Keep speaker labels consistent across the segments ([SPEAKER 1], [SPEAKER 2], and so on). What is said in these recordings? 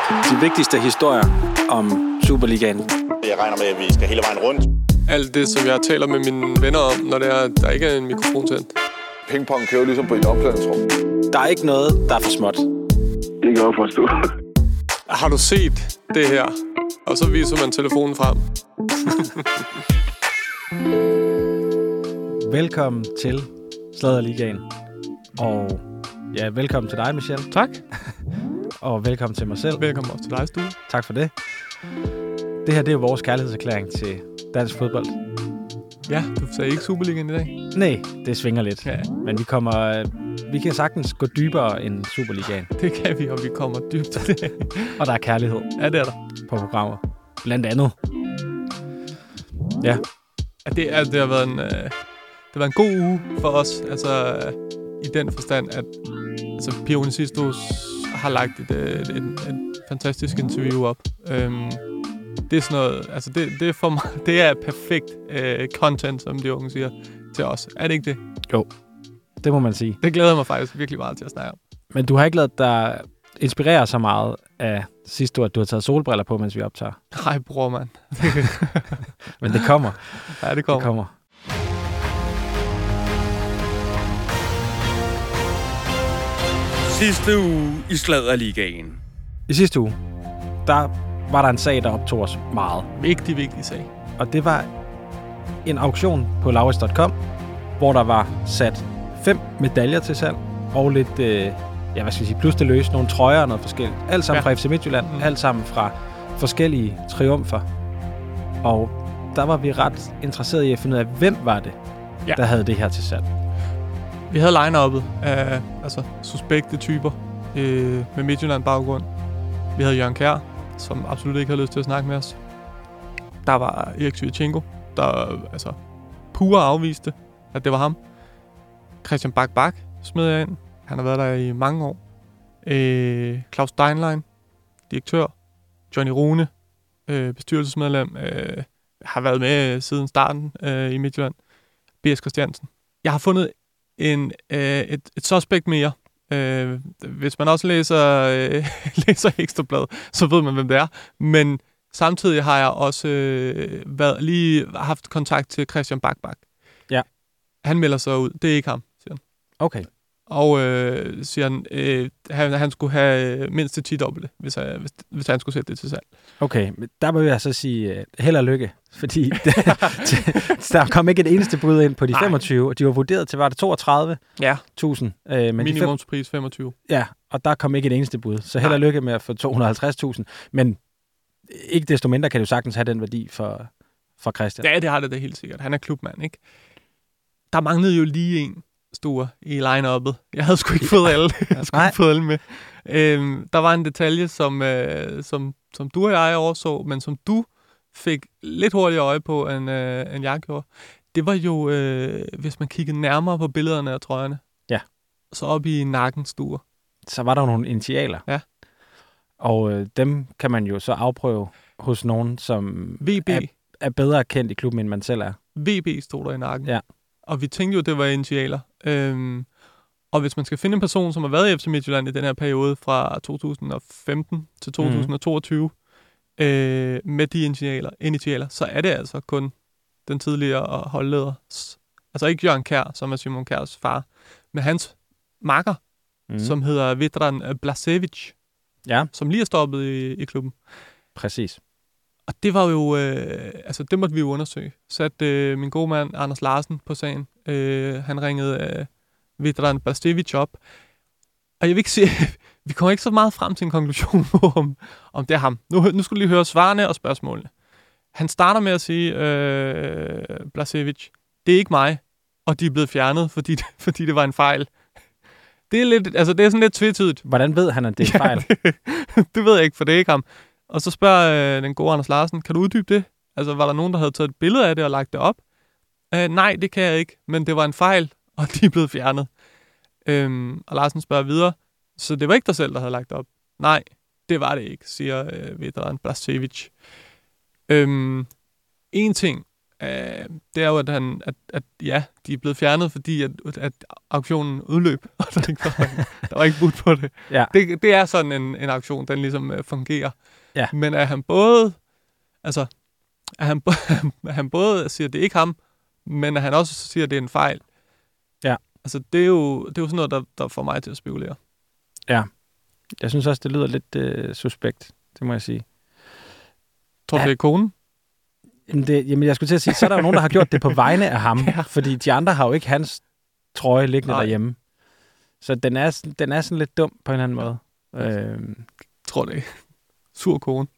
[SPEAKER 1] De vigtigste historier om Superligaen.
[SPEAKER 2] Jeg regner med, at vi skal hele vejen rundt.
[SPEAKER 3] Alt det, som jeg taler med mine venner om, når det er, der ikke er en mikrofon tændt.
[SPEAKER 4] Pingpong kører ligesom på et omklædningsrum.
[SPEAKER 1] Der er ikke noget, der er for småt.
[SPEAKER 4] Det kan jeg forstå.
[SPEAKER 3] Har du set det her? Og så viser man telefonen frem.
[SPEAKER 5] Velkommen til Sladderligaen. Og ja, velkommen til dig, Michel.
[SPEAKER 3] Tak.
[SPEAKER 5] Og velkommen til mig selv.
[SPEAKER 3] Velkommen også til dig, Stue.
[SPEAKER 5] Tak for det. Det her, det er jo vores kærlighedserklæring til dansk fodbold.
[SPEAKER 3] Ja, du sagde ikke Superligaen i dag.
[SPEAKER 5] Nej, det svinger lidt.
[SPEAKER 3] Ja.
[SPEAKER 5] Men vi kan sagtens gå dybere end Superligaen.
[SPEAKER 3] Det kan vi, og vi kommer dybt til det.
[SPEAKER 5] Og der er kærlighed.
[SPEAKER 3] Ja, det er der.
[SPEAKER 5] På programmer. Blandt andet. Ja.
[SPEAKER 3] Det har været en god uge for os. Altså, i den forstand, at Pionicistos har lagt et fantastisk interview op. Det er sådan noget, altså det er for mig, det er perfekt content, som de unge siger, til os. Er det ikke det?
[SPEAKER 5] Jo, det må man sige.
[SPEAKER 3] Det glæder jeg mig faktisk virkelig meget til at snakke om.
[SPEAKER 5] Men du har ikke ladet dig inspirere så meget af sidste år, at du har taget solbriller på, mens vi optager.
[SPEAKER 3] Nej, bror, mand.
[SPEAKER 5] Men det kommer.
[SPEAKER 3] Ja, det kommer.
[SPEAKER 5] Det kommer.
[SPEAKER 6] Sidste uge i Sladderligaen.
[SPEAKER 5] I sidste uge, der var der en sag, der optog os meget.
[SPEAKER 3] Vigtig sag.
[SPEAKER 5] Og det var en auktion på lauritz.com, hvor der var sat 5 medaljer til salg, og lidt, plus det løse, nogle trøjer og noget forskelligt. Alt sammen fra FC Midtjylland, alt sammen fra forskellige triumfer. Og der var vi ret interesserede i at finde ud af, hvem var det, der havde det her til salg.
[SPEAKER 3] Vi havde line-uppet af suspekte typer med Midtjylland-baggrund. Vi havde Jørgen Kjær, som absolut ikke havde lyst til at snakke med os. Der var Erik Svirchenko, der pure afviste, at det var ham. Christian Bak smed jeg ind. Han har været der i mange år. Claus Steinlein, direktør. Johnny Rune, bestyrelsesmedlem, har været med siden starten i Midtjylland. B.S. Christiansen. Jeg har fundet et suspekt mere. Hvis man også læser Ekstrabladet, så ved man, hvem det er. Men samtidig har jeg også haft kontakt til Christian Bak.
[SPEAKER 5] Ja.
[SPEAKER 3] Han melder sig ud. Det er ikke ham, siger han.
[SPEAKER 5] Okay.
[SPEAKER 3] Og siger han skulle have mindst det 10-dobbelte, hvis han skulle sætte det til salg.
[SPEAKER 5] Okay, men der må jeg så sige held og lykke, fordi der kom ikke et eneste bud ind på de 25, og de var vurderet til, var det 32.000? Ja.
[SPEAKER 3] Minimumspris 25.
[SPEAKER 5] Ja, og der kom ikke et eneste bud, så held og lykke med at få 250.000, men ikke desto mindre kan det jo sagtens have den værdi for Christian.
[SPEAKER 3] Ja, det har det da helt sikkert. Han er klubmand, ikke? Der manglede jo lige en store i line-uppet. Jeg havde sgu ikke fået alle. Med. Der var en detalje, som du og jeg overså, men som du fik lidt hurtigere øje på, end jeg gjorde. Det var jo, hvis man kiggede nærmere på billederne af trøjerne. Ja. Så op i nakkens stuer.
[SPEAKER 5] Så var der nogle initialer.
[SPEAKER 3] Ja.
[SPEAKER 5] Og dem kan man jo så afprøve hos nogen, som
[SPEAKER 3] VB
[SPEAKER 5] er bedre kendt i klubben, end man selv er.
[SPEAKER 3] VB stod der i nakken.
[SPEAKER 5] Ja.
[SPEAKER 3] Og vi tænkte jo, det var initialer. Og hvis man skal finde en person, som har været i FC Midtjylland i den her periode fra 2015 til 2022, med de initialer, så er det altså kun den tidligere holdleder. Altså ikke Jørgen Kjær, som er Simon Kjærs far, men hans makker, som hedder Vedran Blažević, som lige er stoppet i klubben.
[SPEAKER 5] Præcis.
[SPEAKER 3] Og det var jo, det måtte vi jo undersøge. Satte min gode mand Anders Larsen på sagen. Han ringede Vedran Blažević op. Og jeg vil ikke sige, vi kommer ikke så meget frem til en konklusion på, om det er ham. Nu skal du lige høre svarene og spørgsmålene. Han starter med at sige, Blažević, det er ikke mig, og de er blevet fjernet, fordi det var en fejl. Det er lidt, det er sådan lidt tvetydigt.
[SPEAKER 5] Hvordan ved han, at det er en fejl?
[SPEAKER 3] Det ved jeg ikke, for det er ikke ham. Og så spørger den gode Anders Larsen, kan du uddybe det? Altså, var der nogen, der havde taget et billede af det og lagt det op? Nej, det kan jeg ikke, men det var en fejl, og de er blevet fjernet. Og Larsen spørger videre, så det var ikke dig selv, der havde lagt det op? Nej, det var det ikke, siger Vedran Blažević. En ting det er jo, at de er blevet fjernet, fordi at auktionen udløb, og der var ikke budt på det.
[SPEAKER 5] Ja.
[SPEAKER 3] Det er sådan en auktion, den ligesom fungerer.
[SPEAKER 5] Ja.
[SPEAKER 3] Men at han både, altså, han både siger, at det er ikke ham, men at han også siger, at det er en fejl.
[SPEAKER 5] Ja.
[SPEAKER 3] Altså, det er jo sådan noget, der får mig til at spekulere.
[SPEAKER 5] Ja. Jeg synes også, det lyder lidt suspekt, det må jeg sige.
[SPEAKER 3] Tror du, det er konen?
[SPEAKER 5] Jamen, jeg skulle til at sige, så er der jo nogen, der har gjort det på vegne af ham, fordi de andre har jo ikke hans trøje liggende derhjemme. Så den er sådan lidt dum på en eller anden måde.
[SPEAKER 3] Tror det ikke. Sur kone.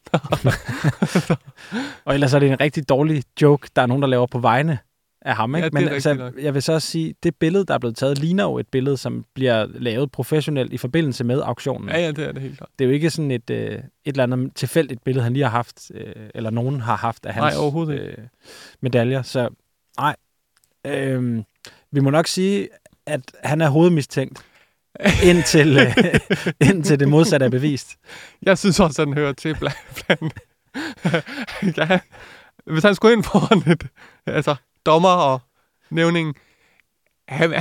[SPEAKER 5] Og ellers er det en rigtig dårlig joke, der er nogen, der laver på vegne af ham, ikke?
[SPEAKER 3] Ja,
[SPEAKER 5] Men altså, jeg vil så også sige, det billede, der er blevet taget, ligner jo et billede, som bliver lavet professionelt i forbindelse med auktionen.
[SPEAKER 3] Ja, det er det helt klart.
[SPEAKER 5] Det er jo ikke sådan et eller andet tilfældigt billede, han lige har haft, eller nogen har haft af hans medaljer. Så nej, vi må nok sige, at han er hovedmistænkt, indtil det modsatte er bevist. Jeg
[SPEAKER 3] synes også, at den hører til blandt. Ja, hvis han skulle ind foran dommer og nævning, han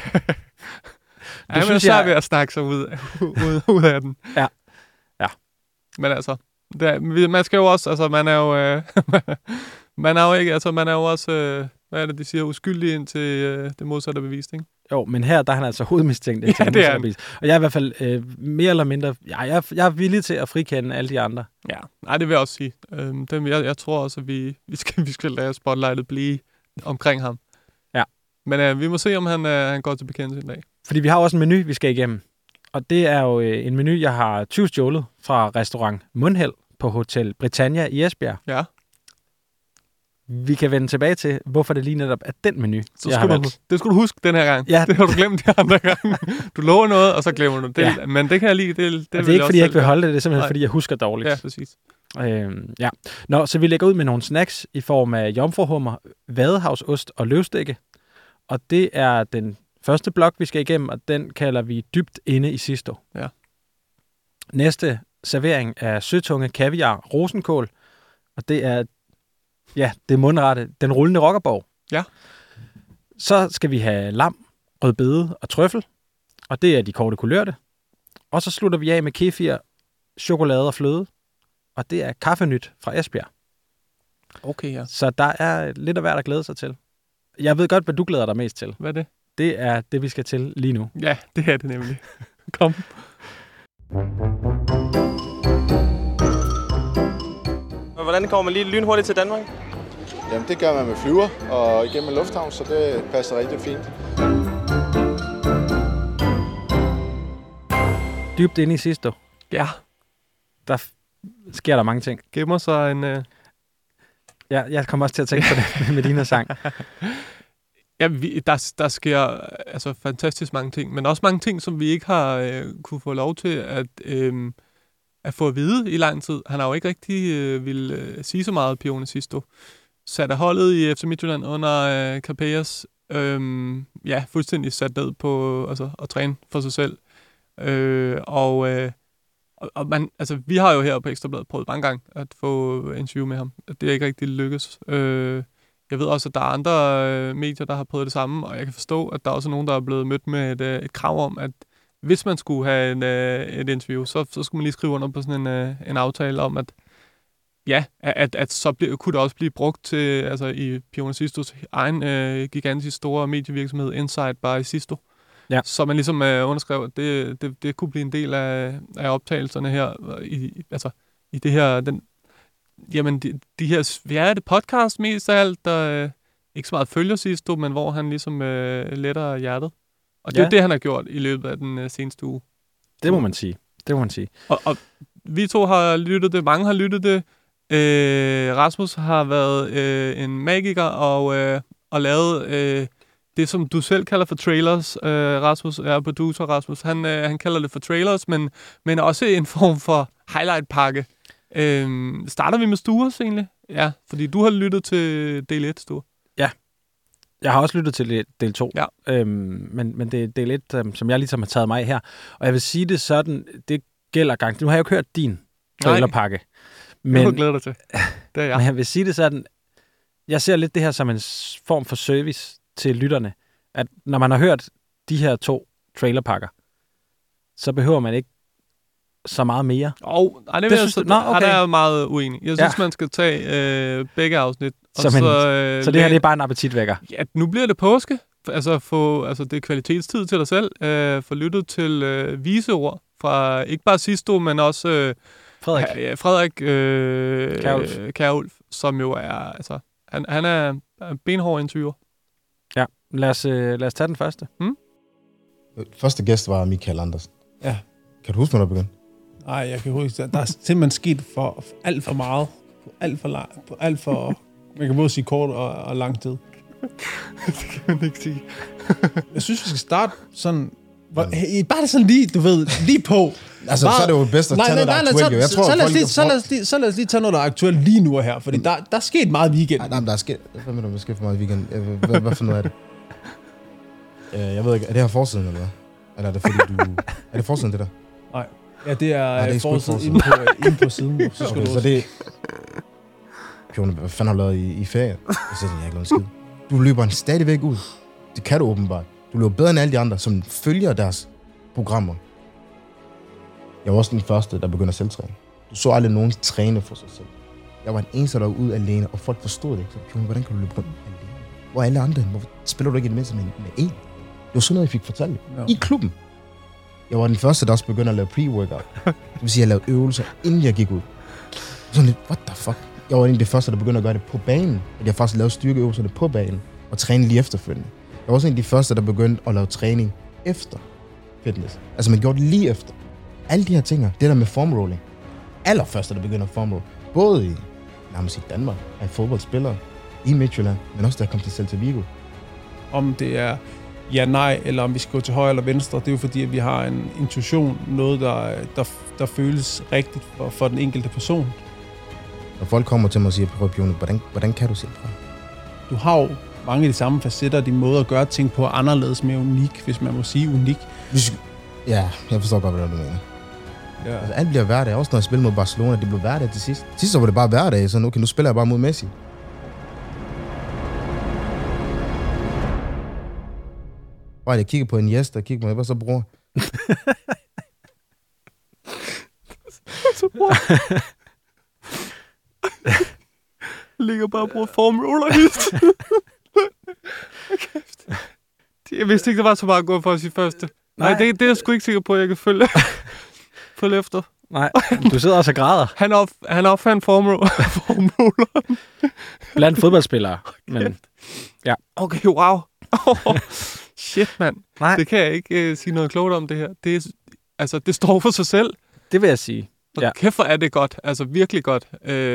[SPEAKER 3] er svært ved at snakke sig ud af den.
[SPEAKER 5] Ja.
[SPEAKER 3] Men altså, man skal jo også, altså man er jo, man er jo ikke, altså man er jo også, hvad er det, de siger, uskyldig indtil det modsatte er bevist, ikke?
[SPEAKER 5] Jo, men her der er han altså hovedmistænkt indtil det modsatte er bevist. Og jeg er i hvert fald mere eller mindre, jeg er villig til at frikende alle de andre.
[SPEAKER 3] Ja, nej, det vil jeg også sige. Jeg tror også, at vi skal lade spotlightet blive omkring ham.
[SPEAKER 5] Ja.
[SPEAKER 3] Men vi må se, om han går til bekendelse en dag.
[SPEAKER 5] Fordi vi har også en menu, vi skal igennem. Og det er jo en menu, jeg har tyvstjålet fra restaurant Mundheld på Hotel Britannia i Esbjerg.
[SPEAKER 3] Ja.
[SPEAKER 5] Vi kan vende tilbage til, hvorfor det lige netop er den menu,
[SPEAKER 3] det skulle du huske den her gang.
[SPEAKER 5] Ja.
[SPEAKER 3] Det har du glemt de andre gange. Du lover noget, og så glemmer du det. Ja. Men det kan jeg lide. Det
[SPEAKER 5] er ikke, fordi jeg ikke vil holde det. Det er simpelthen, fordi jeg husker dårligt.
[SPEAKER 3] Ja, præcis.
[SPEAKER 5] Ja. Nå, så vi lægger ud med nogle snacks i form af jomfruhummer, vadehavsost og løvstikke. Og det er den første blok, vi skal igennem, og den kalder vi dybt inde i Sisto.
[SPEAKER 3] Ja.
[SPEAKER 5] Næste servering er søtunge, kaviar, rosenkål, og det er det mundrette, den rullende rockerborg.
[SPEAKER 3] Ja.
[SPEAKER 5] Så skal vi have lam, rødbede og trøffel, og det er de korte kulørte. Og så slutter vi af med kefir, chokolade og fløde, og det er kaffenyt fra Esbjerg.
[SPEAKER 3] Okay, ja.
[SPEAKER 5] Så der er lidt af hvert at glæde sig til. Jeg ved godt, hvad du glæder dig mest til.
[SPEAKER 3] Hvad er det?
[SPEAKER 5] Det er det, vi skal til lige nu.
[SPEAKER 3] Ja, det er det nemlig. Kom.
[SPEAKER 7] Hvordan kommer man lige lynhurtigt til Danmark?
[SPEAKER 4] Jamen, det gør man med flyver og igennem en lufthavn, så det passer rigtig fint.
[SPEAKER 5] Dybt inde i Sisto.
[SPEAKER 3] Ja.
[SPEAKER 5] Der sker der mange ting.
[SPEAKER 3] Gemmer sig en...
[SPEAKER 5] Ja, jeg kommer også til at tænke på det med din sang.
[SPEAKER 3] Ja, der sker altså fantastisk mange ting, men også mange ting, som vi ikke har kunne få lov til at få at vide i lang tid. Han har jo ikke rigtig ville sige så meget, Pione Sisto. Satte holdet i FC Midtjylland under Capellas. Fuldstændig sat ned på at træne for sig selv. Og man, altså, vi har jo her på Ekstra Bladet prøvet mange gange at få interview med ham. Det er ikke rigtig lykkes. Jeg ved også, at der er andre medier, der har prøvet det samme, og jeg kan forstå, at der er også nogen, der er blevet mødt med et krav om, at hvis man skulle have et interview, så skulle man lige skrive under på sådan en aftale om, at så kunne det også blive brugt til, altså i Pione Sistos egen gigantisk store medievirksomhed, Inside by Sisto.
[SPEAKER 5] Ja.
[SPEAKER 3] Så man ligesom underskrev, at det kunne blive en del af optagelserne her, i det her, de her det podcast mest af alt, der ikke så meget følger Sisto, men hvor han ligesom letter hjertet. Og det er jo det, han har gjort i løbet af den seneste uge.
[SPEAKER 5] Det må man sige.
[SPEAKER 3] Og vi to har lyttet det, mange har lyttet det. Rasmus har været en magiker og lavet det, som du selv kalder for trailers. Rasmus er producer, Rasmus. Han kalder det for trailers, men også en form for highlight-pakke. Starter vi med Stures egentlig? Ja, fordi du har lyttet til del 1, Sture.
[SPEAKER 5] Ja, jeg har også lyttet til del 2.
[SPEAKER 3] Ja.
[SPEAKER 5] Men det er del 1, som jeg ligesom har taget mig af her. Og jeg vil sige det sådan, det gælder gang. Nu har jeg jo ikke hørt din trailerpakke.
[SPEAKER 3] Men det glæder dig til. Det er jeg.
[SPEAKER 5] Men jeg vil sige det sådan, jeg ser lidt det her som en form for service til lytterne. At når man har hørt de her 2 trailerpakker, så behøver man ikke så meget mere.
[SPEAKER 3] Det er jeg meget uenig. Jeg synes, man skal tage begge afsnit.
[SPEAKER 5] Så det her det er bare en appetitvækker?
[SPEAKER 3] Ja, nu bliver det påske. Altså, det er kvalitetstid til dig selv. Få lyttet til viseord fra ikke bare Sisto, men også Frederik Kjærulf, som jo er... Altså, han er benhård interviewer.
[SPEAKER 5] Ja, lad os tage den første.
[SPEAKER 8] Første gæst var Michael Andersen.
[SPEAKER 9] Ja.
[SPEAKER 8] Kan du huske, når du begyndte?
[SPEAKER 9] Nej, jeg kan huske, der er simpelthen sket for alt for meget. På alt for man kan både sige kort og lang tid.
[SPEAKER 3] Det kan man ikke sige.
[SPEAKER 9] Jeg synes, vi skal starte sådan... Bare det sådan lige, du ved, lige på.
[SPEAKER 8] Altså, så er det jo bedst at tage noget, der er aktuelt. Jeg tror,
[SPEAKER 9] så lad os lige tage noget, der er aktuelt lige nu og her, fordi der er sket meget i weekenden.
[SPEAKER 8] Nej, men der er sket... Hvad mener du, der er sket for meget i weekenden? Hvad for noget er det? Jeg ved ikke, er det her forsiden, eller hvad? Eller er det fordi, er det forsiden, det der?
[SPEAKER 9] Nej. Ja, det er forsiden inde på siden.
[SPEAKER 8] Okay, så det... Pjone, hvad fanden har du lavet i ferie? Jeg siger, jeg har ikke lavet skid. Du løber stadigvæk ud. Det kan du åbenbart. Du løber bedre end alle de andre, som følger deres programmer. Jeg var også den første, der begyndte at selvtræne. Du så aldrig nogen træne for sig selv. Jeg var den eneste, der var ude alene, og folk forstod det ikke. Så Pjone, hvordan kan du løbe rundt alene? Hvor er alle andre? Hvorfor spiller du ikke en med en? Det var sådan noget, jeg fik fortalt i klubben. Jeg var den første, der også begyndte at lave pre-workout. Det vil sige, at jeg lavede øvelser, inden jeg gik ud. Sådan lidt, what the fuck? Jeg var en af de første, der begyndte at gøre det på banen. At jeg faktisk lavede styrkeøvelserne på banen, og træne lige efterfølgende. Jeg var også en af de første, der begyndte at lave træning efter fitness. Altså, man gjorde det lige efter. Alle de her ting, det der med formrolling. Allerførste, der begyndte at formroll. Både i Danmark, af fodboldspillere, i Midtjylland, men også da jeg kom til Celta Vigo.
[SPEAKER 9] Om det er ja, nej, eller om vi skal gå til højre eller venstre, det er jo fordi, at vi har en intuition, noget, der føles rigtigt for den enkelte person.
[SPEAKER 8] Når folk kommer til mig og siger, Pjone, hvordan kan du se fra?
[SPEAKER 9] Du har jo mange af de samme facetter, de måder at gøre ting på anderledes, mere unik, hvis man må sige unik.
[SPEAKER 8] Ja, jeg forstår godt, hvad du mener. Ja. Altså, alt bliver hverdag. Også når jeg spiller mod Barcelona, det blev hverdag til sidst. Sidst var det bare hverdag, så nu spiller jeg bare mod Messi. Bare jeg kigger på en Iniesta, og kigger på, hvad så bror?
[SPEAKER 3] Så bror. Ligger bare og bruger formroller hist. Jeg vidste ikke, der var så meget godt for os i første. Nej, det er jeg sgu ikke sikker på, at jeg kan følge efter.
[SPEAKER 5] Nej, du sidder også og græder.
[SPEAKER 3] Han opfandt formroller.
[SPEAKER 5] Blandt fodboldspillere. Men, ja.
[SPEAKER 3] Okay, wow. Shit, mand. Nej. Det kan jeg ikke sige noget klogt om, det her. Det står for sig selv.
[SPEAKER 5] Det vil jeg sige.
[SPEAKER 3] Ja. Kæft, hvor er det godt. Altså, virkelig godt.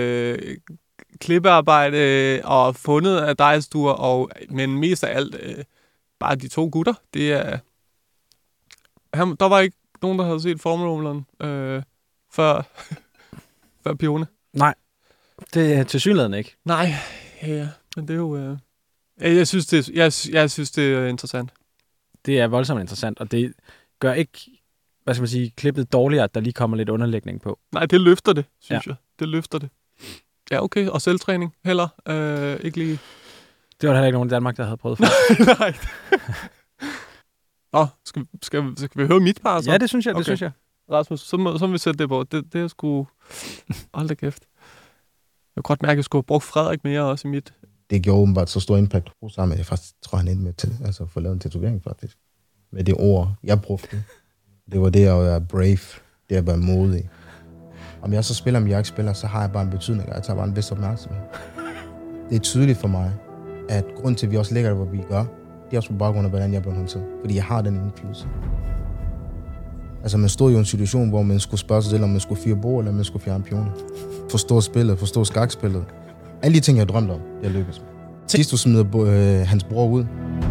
[SPEAKER 3] Klippearbejde og fundet af dejstuer, men mest af alt bare de 2 gutter. Det er... Der var ikke nogen, der havde set formrolleren før Pjone.
[SPEAKER 5] Nej, det er tilsyneladende ikke.
[SPEAKER 3] Nej, ja, men det er jo... Jeg synes, det er interessant.
[SPEAKER 5] Det er voldsomt interessant, og det gør ikke, hvad skal man sige, klippet dårligere, at der lige kommer lidt underlægning på.
[SPEAKER 3] Nej, det løfter det, synes jeg. Det løfter det. Ja, okay. Og selvtræning heller. Ikke lige...
[SPEAKER 5] Det var der heller ikke nogen i Danmark, der havde prøvet før.
[SPEAKER 3] Nej. Nå, skal vi høre mit par så?
[SPEAKER 5] Ja, det synes jeg, okay.
[SPEAKER 3] Rasmus, så må vi sætte det på. Det er sgu... Hold da kæft. Jeg kan godt mærke, at jeg skulle have brugt Frederik mere også i mit...
[SPEAKER 8] Det gjorde åbenbart så stor impact på sammen. Jeg faktisk tror, han endte med til, altså få lavet en tatovering faktisk. Med det ord, jeg brugte. Det var det at være brave. Det at være modig. Om jeg så spiller, om jeg ikke spiller, så har jeg bare en betydning. Jeg tager bare en vis opmærksomhed. Det er tydeligt for mig, at grund til, at vi også ligger der, hvor vi gør, det er også på baggrund af, hvordan jeg blev håndteret. Fordi jeg har den indflydelse. Altså, man stod jo i en situation, hvor man skulle spørge sig selv, om man skulle fire bord, eller om man skulle fjerne pioner. Forstå spillet, forstå skakspillet. Alle de ting, jeg drømte om, det er lykkes med. Sidst du smider hans bror ud.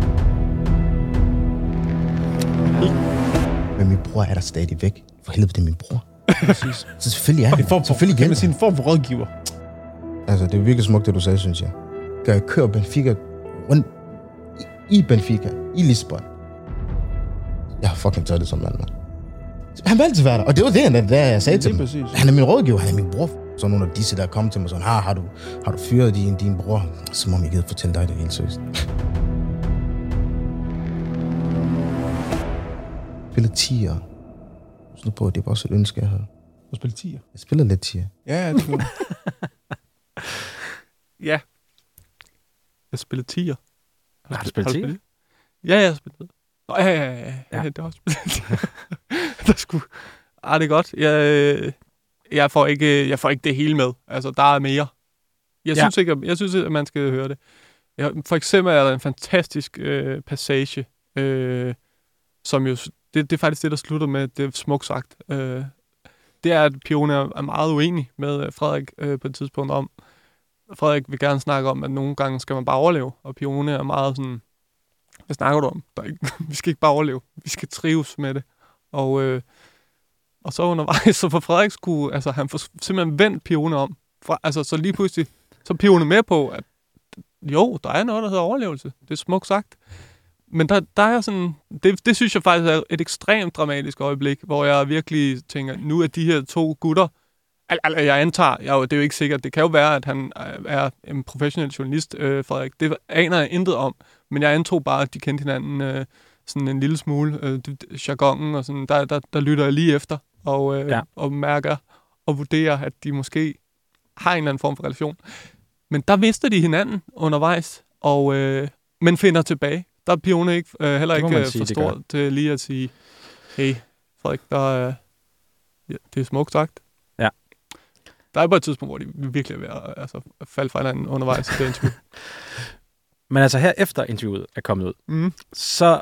[SPEAKER 8] Men min bror er der stadig væk. For helvede, det er min bror. Præcis. Så selvfølgelig er det. Selvfølgelig
[SPEAKER 9] kan man sige en form for rådgiver.
[SPEAKER 8] Altså, det er virkelig smukt, det du sagde, synes jeg. Kan jeg køre Benfica rundt i Benfica, i Lisbon? Jeg har fucking taget det som mand. Han vil altid være der. Og det var det, jeg sagde til ham. Han er min rådgiver, han er min bror. Så nogle af disse, der kom til mig sådan, har du fyret din bror? Som om jeg gider fortælle dig det helt seriøst. Jeg spiller 10'er. Så på, det var også et ønske, jeg havde.
[SPEAKER 9] Du spiller 10'er?
[SPEAKER 8] Jeg spiller lidt 10'er.
[SPEAKER 9] Ja, det tror
[SPEAKER 3] Ja. Jeg spiller 10'er.
[SPEAKER 5] Har du spillet 10'er?
[SPEAKER 3] Ja, jeg har spillet. Nå, ja. Det har også spillet. Der skulle... det er godt. Jeg får ikke det hele med. Altså, der er mere. Jeg synes, at man skal høre det. For eksempel er der en fantastisk passage, som jo... Det er faktisk det, der slutter med, det er smukt sagt. Det er, at Pione er meget uenig med Frederik på et tidspunkt om. Frederik vil gerne snakke om, at nogle gange skal man bare overleve, og Pione er meget sådan, hvad snakker du om? Vi skal ikke bare overleve, vi skal trives med det. Og så undervejs, så for Frederik skulle, altså han får simpelthen vendt Pione om. Så lige pludselig, så er Pione med på, at jo, der er noget, der hedder overlevelse. Det er smukt sagt. Men der er sådan, det synes jeg faktisk er et ekstremt dramatisk øjeblik, hvor jeg virkelig tænker, nu er de her to gutter, jeg antager, det er jo ikke sikkert, det kan jo være, at han er en professionel journalist, Frederik, det aner jeg intet om, men jeg antog bare, at de kendte hinanden sådan en lille smule, jargonen og sådan, der lytter jeg lige efter, og mærker og vurderer, at de måske har en eller anden form for relation. Men der mister de hinanden undervejs, men finder tilbage. Der er Pione ikke, heller ikke for stor til lige at sige, hey, Frederik, det er smukt sagt.
[SPEAKER 5] Ja.
[SPEAKER 3] Der er bare et tidspunkt, hvor de virkelig er ved at falde fra hinanden undervejs i det interview.
[SPEAKER 5] Men altså her efter interviewet er kommet ud, så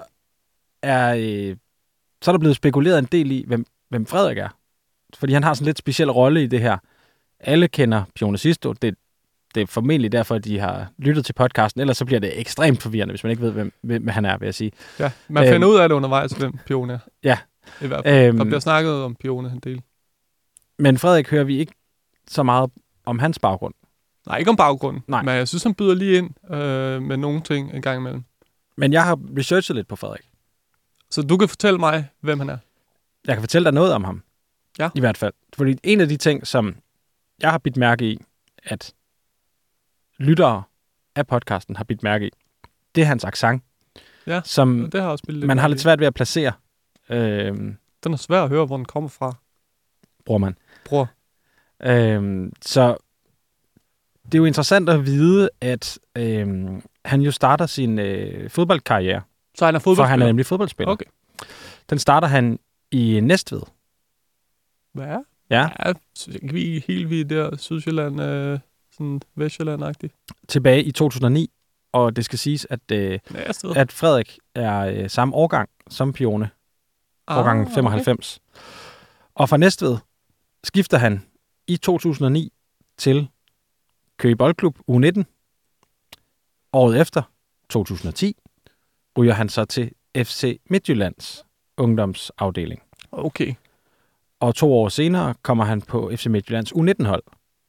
[SPEAKER 5] er der blevet spekuleret en del i, hvem Frederik er. Fordi han har sådan en lidt speciel rolle i det her. Alle kender Pione Sisto. Det er formentlig derfor, at de har lyttet til podcasten. Ellers så bliver det ekstremt forvirrende, hvis man ikke ved, hvem han er, vil jeg sige.
[SPEAKER 3] Ja, man finder ud af det undervejs, hvem Pione er.
[SPEAKER 5] Ja.
[SPEAKER 3] I hvert fald. Der bliver snakket om Pione en del.
[SPEAKER 5] Men Frederik hører vi ikke så meget om hans baggrund.
[SPEAKER 3] Nej, ikke om baggrunden.
[SPEAKER 5] Nej.
[SPEAKER 3] Men jeg synes, han byder lige ind med nogle ting en gang imellem.
[SPEAKER 5] Men jeg har researchet lidt på Frederik.
[SPEAKER 3] Så du kan fortælle mig, hvem han er?
[SPEAKER 5] Jeg kan fortælle dig noget om ham.
[SPEAKER 3] Ja.
[SPEAKER 5] I hvert fald. Fordi en af de ting, som jeg har bidt mærke i, at lyttere af podcasten har bidt mærke i, det er hans accent.
[SPEAKER 3] Ja,
[SPEAKER 5] som
[SPEAKER 3] det har også spillet lidt.
[SPEAKER 5] Man har lidt svært ved at placere.
[SPEAKER 3] Den er svær at høre, hvor den kommer fra.
[SPEAKER 5] Bror. Så det er jo interessant at vide, at han jo starter sin fodboldkarriere.
[SPEAKER 3] Så han er fodboldspiller?
[SPEAKER 5] For han er nemlig fodboldspiller.
[SPEAKER 3] Okay. Den
[SPEAKER 5] starter han i Næstved.
[SPEAKER 3] Hvad?
[SPEAKER 5] Ja.
[SPEAKER 3] Vi er helt vildt der, Sydsjælland, sådan Vestjylland-agtigt.
[SPEAKER 5] Tilbage i 2009, og det skal siges, at Frederik er samme årgang som Pione. Årgang 95. Okay. Og fra Næstved skifter han i 2009 til Køge Boldklub U19. Året efter, 2010, ryger han så til FC Midtjyllands ungdomsafdeling.
[SPEAKER 3] Okay.
[SPEAKER 5] Og 2 år senere kommer han på FC Midtjyllands U19-hold.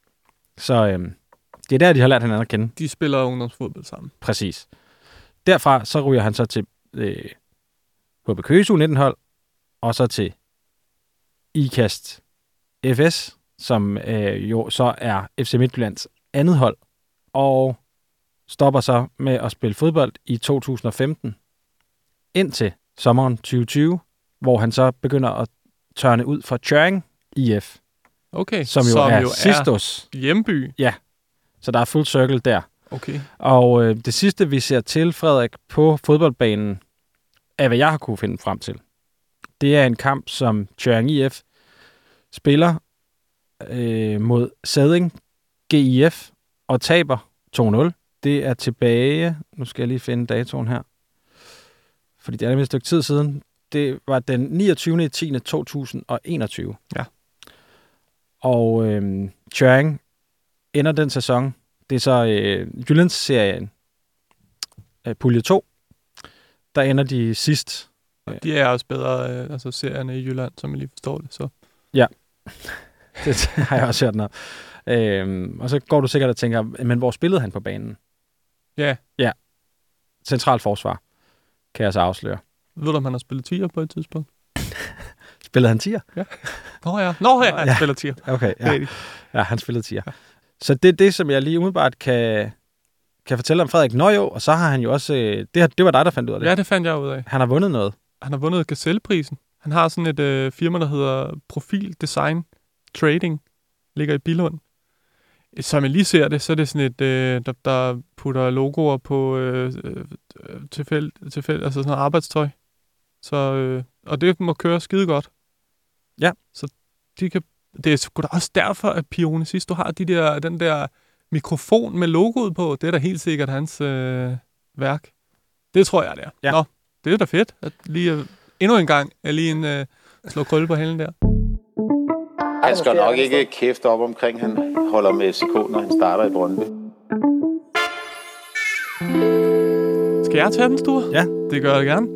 [SPEAKER 5] Så det er der, de har lært hinanden at kende.
[SPEAKER 3] De spiller ungdomsfodbold sammen.
[SPEAKER 5] Præcis. Derfra så ryger han så til HB Køges U19-hold, og så til IKAST FS, som jo så er FC Midtjyllands andet hold, og stopper så med at spille fodbold i 2015 indtil sommeren 2020, hvor han så begynder at tørne ud for Tjøring IF.
[SPEAKER 3] Okay,
[SPEAKER 5] som jo er Sistos
[SPEAKER 3] hjemby.
[SPEAKER 5] Ja, så der er full circle der.
[SPEAKER 3] Okay.
[SPEAKER 5] Og det sidste, vi ser til Frederik på fodboldbanen, er hvad jeg har kunne finde frem til. Det er en kamp, som Tjøring IF spiller mod Sading GIF og taber 2-0. Det er tilbage, nu skal jeg lige finde datoen her, fordi det er nemlig et stykke tid siden. Det var den 29.10.2021.
[SPEAKER 3] Ja.
[SPEAKER 5] Og Tjøring ender den sæson. Det er så Jyllands-serien, pulje 2. Der ender de sidst.
[SPEAKER 3] De er også bedre, serierne i Jylland, som jeg lige forstår det. Så.
[SPEAKER 5] Ja, det har jeg også hørt noget. Og så går du sikkert og tænker, men hvor spillede han på banen?
[SPEAKER 3] Ja.
[SPEAKER 5] Ja. Centralt forsvar, kan jeg så afsløre.
[SPEAKER 3] Ved du, om han har spillet 10'er på et tidspunkt?
[SPEAKER 5] Spillede han tier?
[SPEAKER 3] Ja. Nå ja, han spiller tier.
[SPEAKER 5] Okay, ja. Ja, han spillede tier. Ja. Så det er det, som jeg lige umiddelbart kan fortælle om Frederik. Nå jo, og så har han jo også... Det var dig, der fandt ud af det.
[SPEAKER 3] Ja, det fandt jeg ud af.
[SPEAKER 5] Han har vundet noget.
[SPEAKER 3] Han har vundet Gazelleprisen. Han har sådan et firma, der hedder Profil Design Trading. Ligger i Billund. Som jeg lige ser det, så er det sådan et, der putter logoer på tilfælde, altså sådan noget arbejdstøj. Så, og det må køre skide godt.
[SPEAKER 5] Ja.
[SPEAKER 3] Så de kan, det er sgu da også derfor, at Pione sidst, du har den der mikrofon med logoet på. Det er da helt sikkert hans værk. Det tror jeg, det er.
[SPEAKER 5] Ja.
[SPEAKER 3] Nå, det er da fedt, at lige endnu en gang er lige slå krølle på hælden der.
[SPEAKER 2] Han skal nok ikke kæfte op omkring, han holder med FCK, når han starter i Brøndby.
[SPEAKER 3] Skal jeg tage den store?
[SPEAKER 5] Ja.
[SPEAKER 3] Det gør jeg gerne.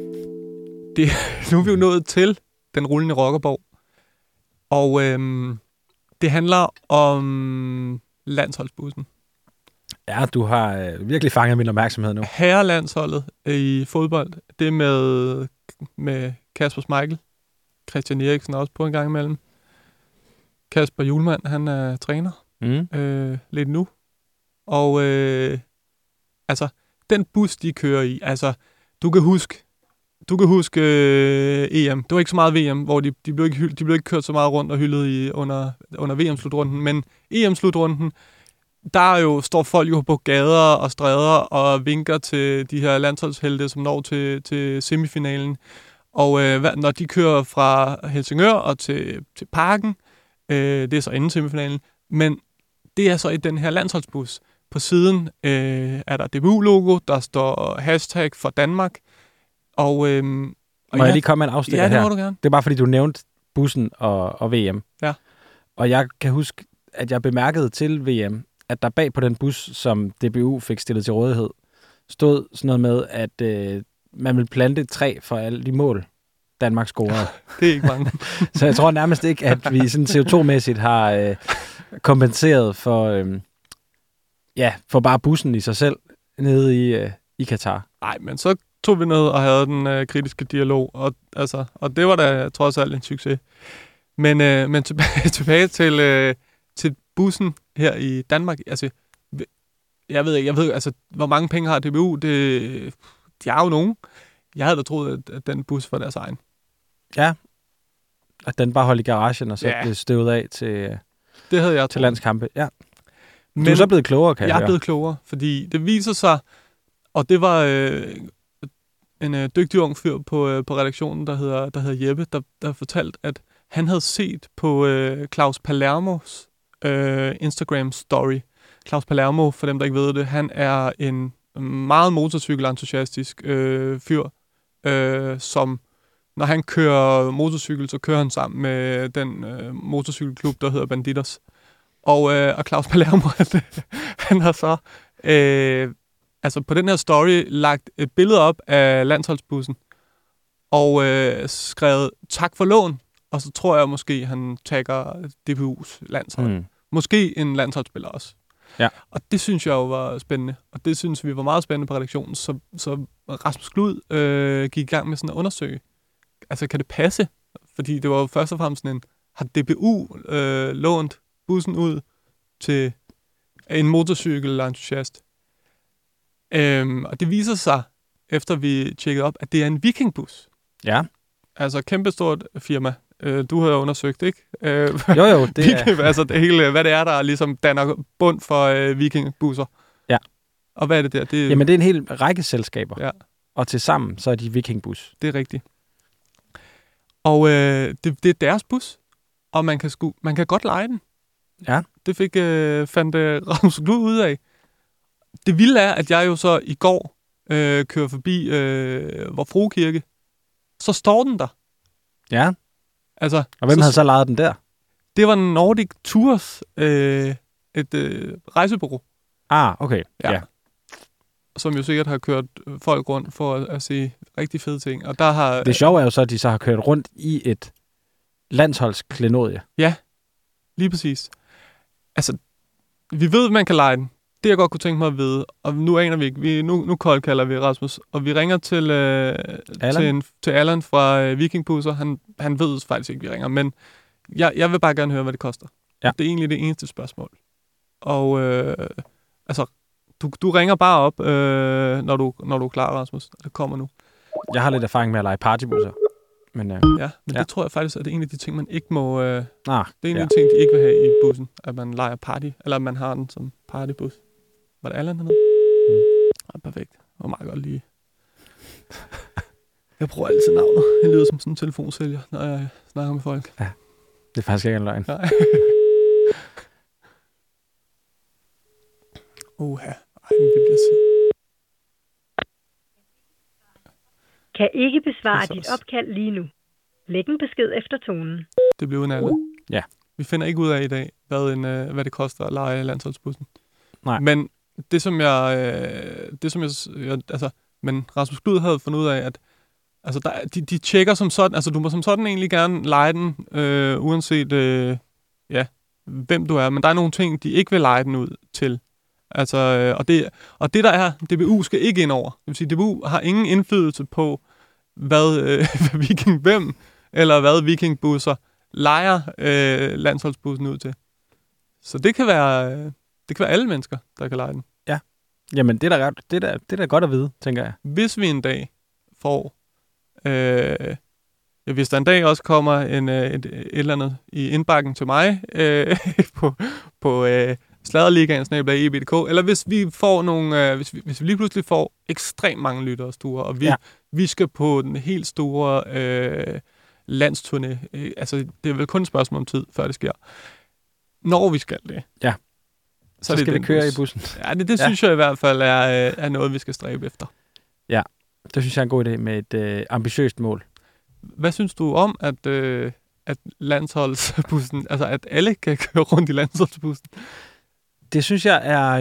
[SPEAKER 3] Nu er vi jo nået til den rullende rockerborg. Og det handler om landsholdsbussen.
[SPEAKER 5] Ja, du har virkelig fanget min opmærksomhed nu.
[SPEAKER 3] Herrelandsholdet i fodbold, det er med Kasper Schmeichel. Christian Eriksen også på en gang imellem. Kasper Hjulmand, han er træner lidt nu. Og altså, den bus, de kører i, altså, du kan huske EM. Det var ikke så meget VM, hvor de blev ikke kørt så meget rundt og hyldet under VM-slutrunden. Men EM-slutrunden, der står folk jo på gader og stræder og vinker til de her landsholdshelte, som når til semifinalen. Og når de kører fra Helsingør og til Parken, det er så inden semifinalen, men det er så i den her landsholdsbus. På siden er der DBU-logo, der står hashtag for Danmark. Må
[SPEAKER 5] jeg lige komme med en afstikker her?
[SPEAKER 3] Ja, det må du gerne.
[SPEAKER 5] Det er bare fordi, du nævnte bussen og VM.
[SPEAKER 3] Ja.
[SPEAKER 5] Og jeg kan huske, at jeg bemærkede til VM, at der bag på den bus, som DBU fik stillet til rådighed, stod sådan noget med, at man vil plante et træ for alle de mål, Danmark scorede.
[SPEAKER 3] Det er ikke mange.
[SPEAKER 5] Så jeg tror nærmest ikke, at vi sådan CO2-mæssigt har kompenseret for bare bussen i sig selv nede i Katar.
[SPEAKER 3] Nej, men så tog vi ned og havde den kritiske dialog, og det var da trods alt en succes. Men tilbage til bussen her i Danmark. Altså, jeg ved altså, hvor mange penge har DBU? De er jo nogen. Jeg havde da troet, at den bus var deres egen.
[SPEAKER 5] Ja, at den bare holdt i garagen, og så blev støvet af til landskampe. Ja. Men du er så blevet klogere, kan jeg
[SPEAKER 3] er blevet klogere, fordi det viser sig, og det var en dygtig ung fyr på redaktionen, der hedder Jeppe, der fortalte, at han havde set på Claus Palermos Instagram-story. Claus Palermo, for dem, der ikke ved det, han er en meget motorcykelentusiastisk fyr, som når han kører motorcykel, så kører han sammen med den motorcykelklub, der hedder Banditos. Og Claus Palermo, han har så altså på den her story lagt et billede op af landsholdsbussen og skrevet tak for lån, og så tror jeg måske, han tagger DBU's landshold. Måske en landsholdsspiller også.
[SPEAKER 5] Ja.
[SPEAKER 3] Og det synes jeg jo var spændende, og det synes vi var meget spændende på redaktionen, så Rasmus Glud gik i gang med sådan at undersøge. Altså, kan det passe? Fordi det var jo først og fremmest sådan en, har DBU lånt bussen ud til en motorcykelentusiast? Og det viser sig, efter vi tjekkede op, at det er en vikingbus.
[SPEAKER 5] Ja.
[SPEAKER 3] Altså, kæmpestort firma. Du har undersøgt, ikke?
[SPEAKER 5] Jo, det er...
[SPEAKER 3] Altså, det hele, hvad det er, der ligesom danner bund for vikingbusser.
[SPEAKER 5] Ja.
[SPEAKER 3] Og hvad er det der?
[SPEAKER 5] Jamen, det er en hel række selskaber.
[SPEAKER 3] Ja.
[SPEAKER 5] Og til sammen, så er de vikingbus.
[SPEAKER 3] Det er rigtigt. Og det er deres bus, og man kan godt leje den.
[SPEAKER 5] Ja.
[SPEAKER 3] Det fandt Rasmus Glud ud af. Det vilde er, at jeg jo så i går kører forbi Vor Frue Kirke. Så står den der.
[SPEAKER 5] Ja.
[SPEAKER 3] Altså,
[SPEAKER 5] og hvem havde så lejet den der?
[SPEAKER 3] Det var Nordic Tours, et rejsebureau.
[SPEAKER 5] Ah, okay. Ja.
[SPEAKER 3] Som jo sikkert har kørt folk rundt for at se rigtig fede ting. Og der har,
[SPEAKER 5] det sjove er jo så, at de så har kørt rundt i et landsholdsklenodie.
[SPEAKER 3] Ja, lige præcis. Altså, vi ved, at man kan leje den. det, jeg godt kunne tænke mig at vide, og nu aner vi ikke, nu koldkalder vi Rasmus, og vi ringer til Allan fra Vikingbusser. Han ved faktisk ikke, vi ringer, men jeg vil bare gerne høre, hvad det koster.
[SPEAKER 5] Ja.
[SPEAKER 3] Det er egentlig det eneste spørgsmål. Og altså, du ringer bare op, når du er klar, Rasmus. Det kommer nu.
[SPEAKER 5] Jeg har lidt erfaring med at lege partybusser. Men,
[SPEAKER 3] det tror jeg faktisk er det en af de ting, man ikke må... det er en af de ting, de ikke vil have i bussen, at man leger party, eller at man har den som partybus. Var det Allan hernede? Ja, perfekt. Det var meget godt lige. Jeg bruger altid navnet. Jeg lyder som sådan en telefonsælger, når jeg snakker med folk.
[SPEAKER 5] Ja, det er faktisk ikke en løgn.
[SPEAKER 3] Nej. Vi bliver sød.
[SPEAKER 10] Kan ikke besvare dit opkald lige nu. Læg en besked efter tonen.
[SPEAKER 3] Det bliver uden alle.
[SPEAKER 5] Ja.
[SPEAKER 3] Vi finder ikke ud af i dag, hvad det koster at lege landsholdsbussen.
[SPEAKER 5] Nej.
[SPEAKER 3] Men men Rasmus Glud havde fundet ud af, at altså de tjekker som sådan, altså du må som sådan egentlig gerne lege den, uanset hvem du er, men der er nogle ting, de ikke vil lege den ud til. Altså, og det der er, DBU skal ikke ind over. Det vil sige, DBU har ingen indflydelse på, hvem eller hvad Vikingbusser leger landsholdsbussen ud til. Så det kan være alle mennesker, der kan lege den.
[SPEAKER 5] Ja. Jamen, det er da godt at vide, tænker jeg.
[SPEAKER 3] Hvis vi en dag får... hvis der en dag også kommer et eller andet i indbakken til mig på sladderligaen@eb.dk, eller hvis vi får nogle... hvis vi lige pludselig får ekstremt mange lytterstuer, og vi skal på den helt store landsturné. Altså, det er vel kun et spørgsmål om tid, før det sker. Når vi skal det.
[SPEAKER 5] Ja. Så skal vi køre i bussen.
[SPEAKER 3] Ja, det synes jeg i hvert fald er noget, vi skal stræbe efter.
[SPEAKER 5] Ja, det synes jeg er en god idé med et ambitiøst mål. Hvad
[SPEAKER 3] synes du om, at landsholdsbussen, altså at alle kan køre rundt i landsholdsbussen?
[SPEAKER 5] Det synes jeg er...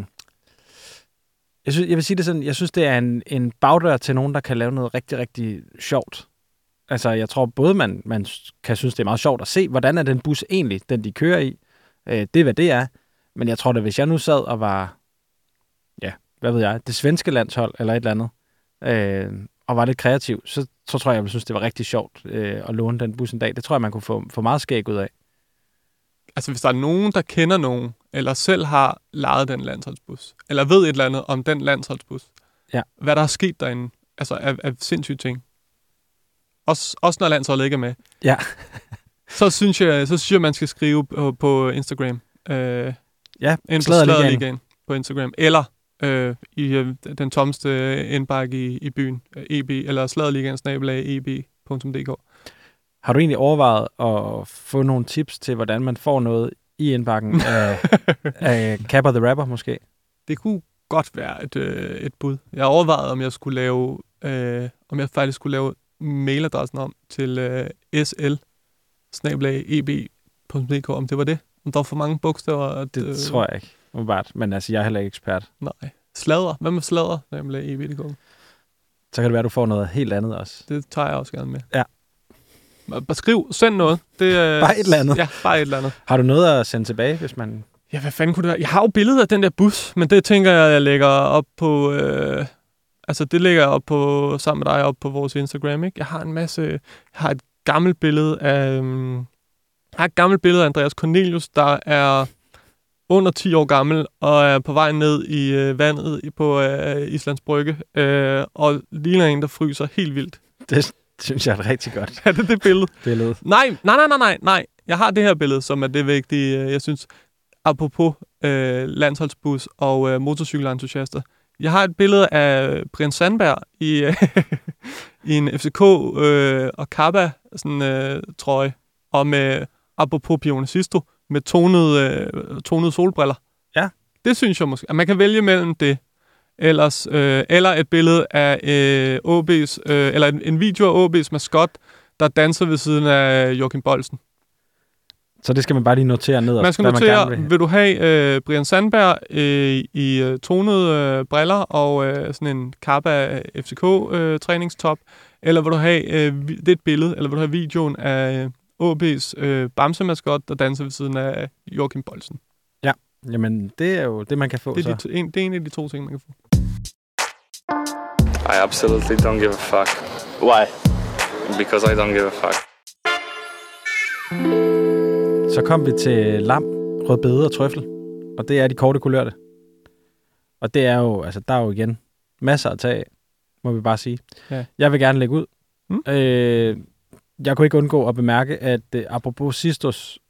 [SPEAKER 5] Jeg vil sige det sådan, jeg synes, det er en bagdør til nogen, der kan lave noget rigtig, rigtig sjovt. Altså, jeg tror både, man kan synes, det er meget sjovt at se, hvordan er den bus egentlig, den de kører i. Det er, hvad det er. Men jeg tror da, hvis jeg nu sad og var, hvad ved jeg, det svenske landshold eller et eller andet, og var lidt kreativ, så tror jeg ville synes, det var rigtig sjovt at låne den bus en dag. Det tror jeg, man kunne få meget skæg ud af.
[SPEAKER 3] Altså, hvis der er nogen, der kender nogen, eller selv har lejet den landsholdsbus, eller ved et eller andet om den landsholdsbus, hvad der er sket derinde, altså af sindssyge ting. Også når landsholdet ikke er med.
[SPEAKER 5] Ja.
[SPEAKER 3] så synes jeg, man skal skrive på Instagram.
[SPEAKER 5] Sladderligaen
[SPEAKER 3] på Instagram. Eller i den tomste indbakke i byen. EB, eller sladderligaen@eb.dk.
[SPEAKER 5] Har du egentlig overvejet at få nogle tips til, hvordan man får noget i indbakken af Capper the Rapper måske?
[SPEAKER 3] Det kunne godt være et bud. Jeg overvejede, om jeg faktisk skulle lave mailadressen om til sl@eb.dk, om det var det. Om der var for mange bogstaver.
[SPEAKER 5] Det tror jeg ikke, umiddelbart. Men altså, jeg er heller ikke ekspert.
[SPEAKER 3] Nej. Sladder. Hvad med sladder? eb.dk.
[SPEAKER 5] Så kan det være, at du får noget helt andet også.
[SPEAKER 3] Det tager jeg også gerne med.
[SPEAKER 5] Ja.
[SPEAKER 3] Bare send noget.
[SPEAKER 5] Bare et eller andet.
[SPEAKER 3] Ja, bare et eller andet.
[SPEAKER 5] Har du noget at sende tilbage, hvis man...
[SPEAKER 3] Ja, hvad fanden kunne det være? Jeg har jo billedet af den der bus, men det tænker jeg lægger op på... det lægger jeg op på sammen med dig op på vores Instagram, ikke? Jeg har et gammelt billede af... Andreas Cornelius, der er under 10 år gammel og er på vej ned i vandet på Islands Brygge og ligner en, der fryser helt vildt.
[SPEAKER 5] Det synes jeg er rigtig godt.
[SPEAKER 3] Er det billede? Nej. Jeg har det her billede, som er det vigtige, jeg synes, apropos landsholdsbus og motorcykelentusiaster. Jeg har et billede af Brian Sandberg i en FCK og Kappa trøje, og med, apropos Pionicisto, med tonede solbriller.
[SPEAKER 5] Ja.
[SPEAKER 3] Det synes jeg måske. At man kan vælge mellem det. Ellers, eller et billede af OB's, eller en video af OB's maskot, der danser ved siden af Joachim Boldsen.
[SPEAKER 5] Så det skal man bare lige notere ned.
[SPEAKER 3] Man skal notere, vil du have Brian Sandberg i tonede briller og sådan en Kappa FCK træningstop, eller vil du have det et billede, eller vil du have videoen af OB's bamsemaskot, der danser ved siden af Joachim Boldsen?
[SPEAKER 5] Ja. Jamen, det er jo det, man kan få.
[SPEAKER 3] Det er, det er en af de 2 ting, man kan få.
[SPEAKER 11] I absolutely don't give a fuck.
[SPEAKER 2] Why?
[SPEAKER 11] Because I don't give a fuck.
[SPEAKER 5] Så kom vi til lam, rødbede og trøffel. Og det er de korte kulørte. Og det er jo, altså der er jo igen masser at tage af, må vi bare sige. Ja. Jeg vil gerne lægge ud. Jeg kunne ikke undgå at bemærke, at apropos Sistos,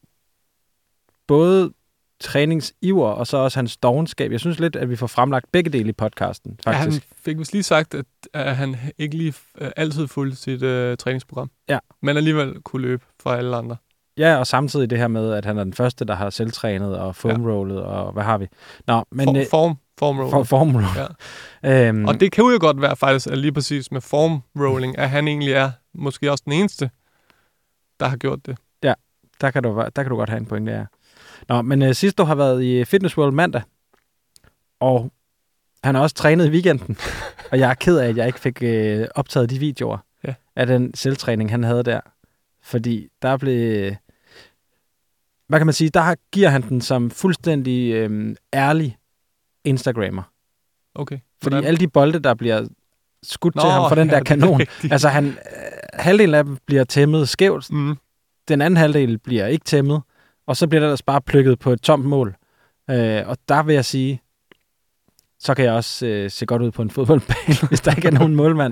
[SPEAKER 5] både træningsiver og så også hans dovenskab. Jeg synes lidt, at vi får fremlagt begge dele i podcasten, faktisk.
[SPEAKER 3] Ja, han fik vist lige sagt, at han ikke lige altid fulgte sit træningsprogram. Ja. Men alligevel kunne løbe for alle andre.
[SPEAKER 5] Ja, og samtidig det her med, at han er den første, der har selvtrænet og foamrollet, og hvad har vi? Nå, men... Formroll. Ja.
[SPEAKER 3] Og det kan jo godt være faktisk, at lige præcis med formrolling, at han egentlig er måske også den eneste, der har gjort det.
[SPEAKER 5] Ja, der kan du godt have en pointe, ja. Nå, men Sisto har været i Fitness World mandag, og han har også trænet i weekenden. Og jeg er ked af, at jeg ikke fik optaget de videoer af den selvtræning, han havde der. Fordi der blev... Hvad kan man sige? Der giver han den som fuldstændig ærlig Instagrammer.
[SPEAKER 3] Okay.
[SPEAKER 5] Fordi alle de bolde, der bliver skudt til ham fra den der kanon, altså halvdelen af dem bliver tæmmet skævt. Den anden halvdel bliver ikke tæmmet. Og så bliver der ellers bare plukket på et tomt mål. Og der vil jeg sige, så kan jeg også se godt ud på en fodboldbane, hvis der ikke er nogen målmand.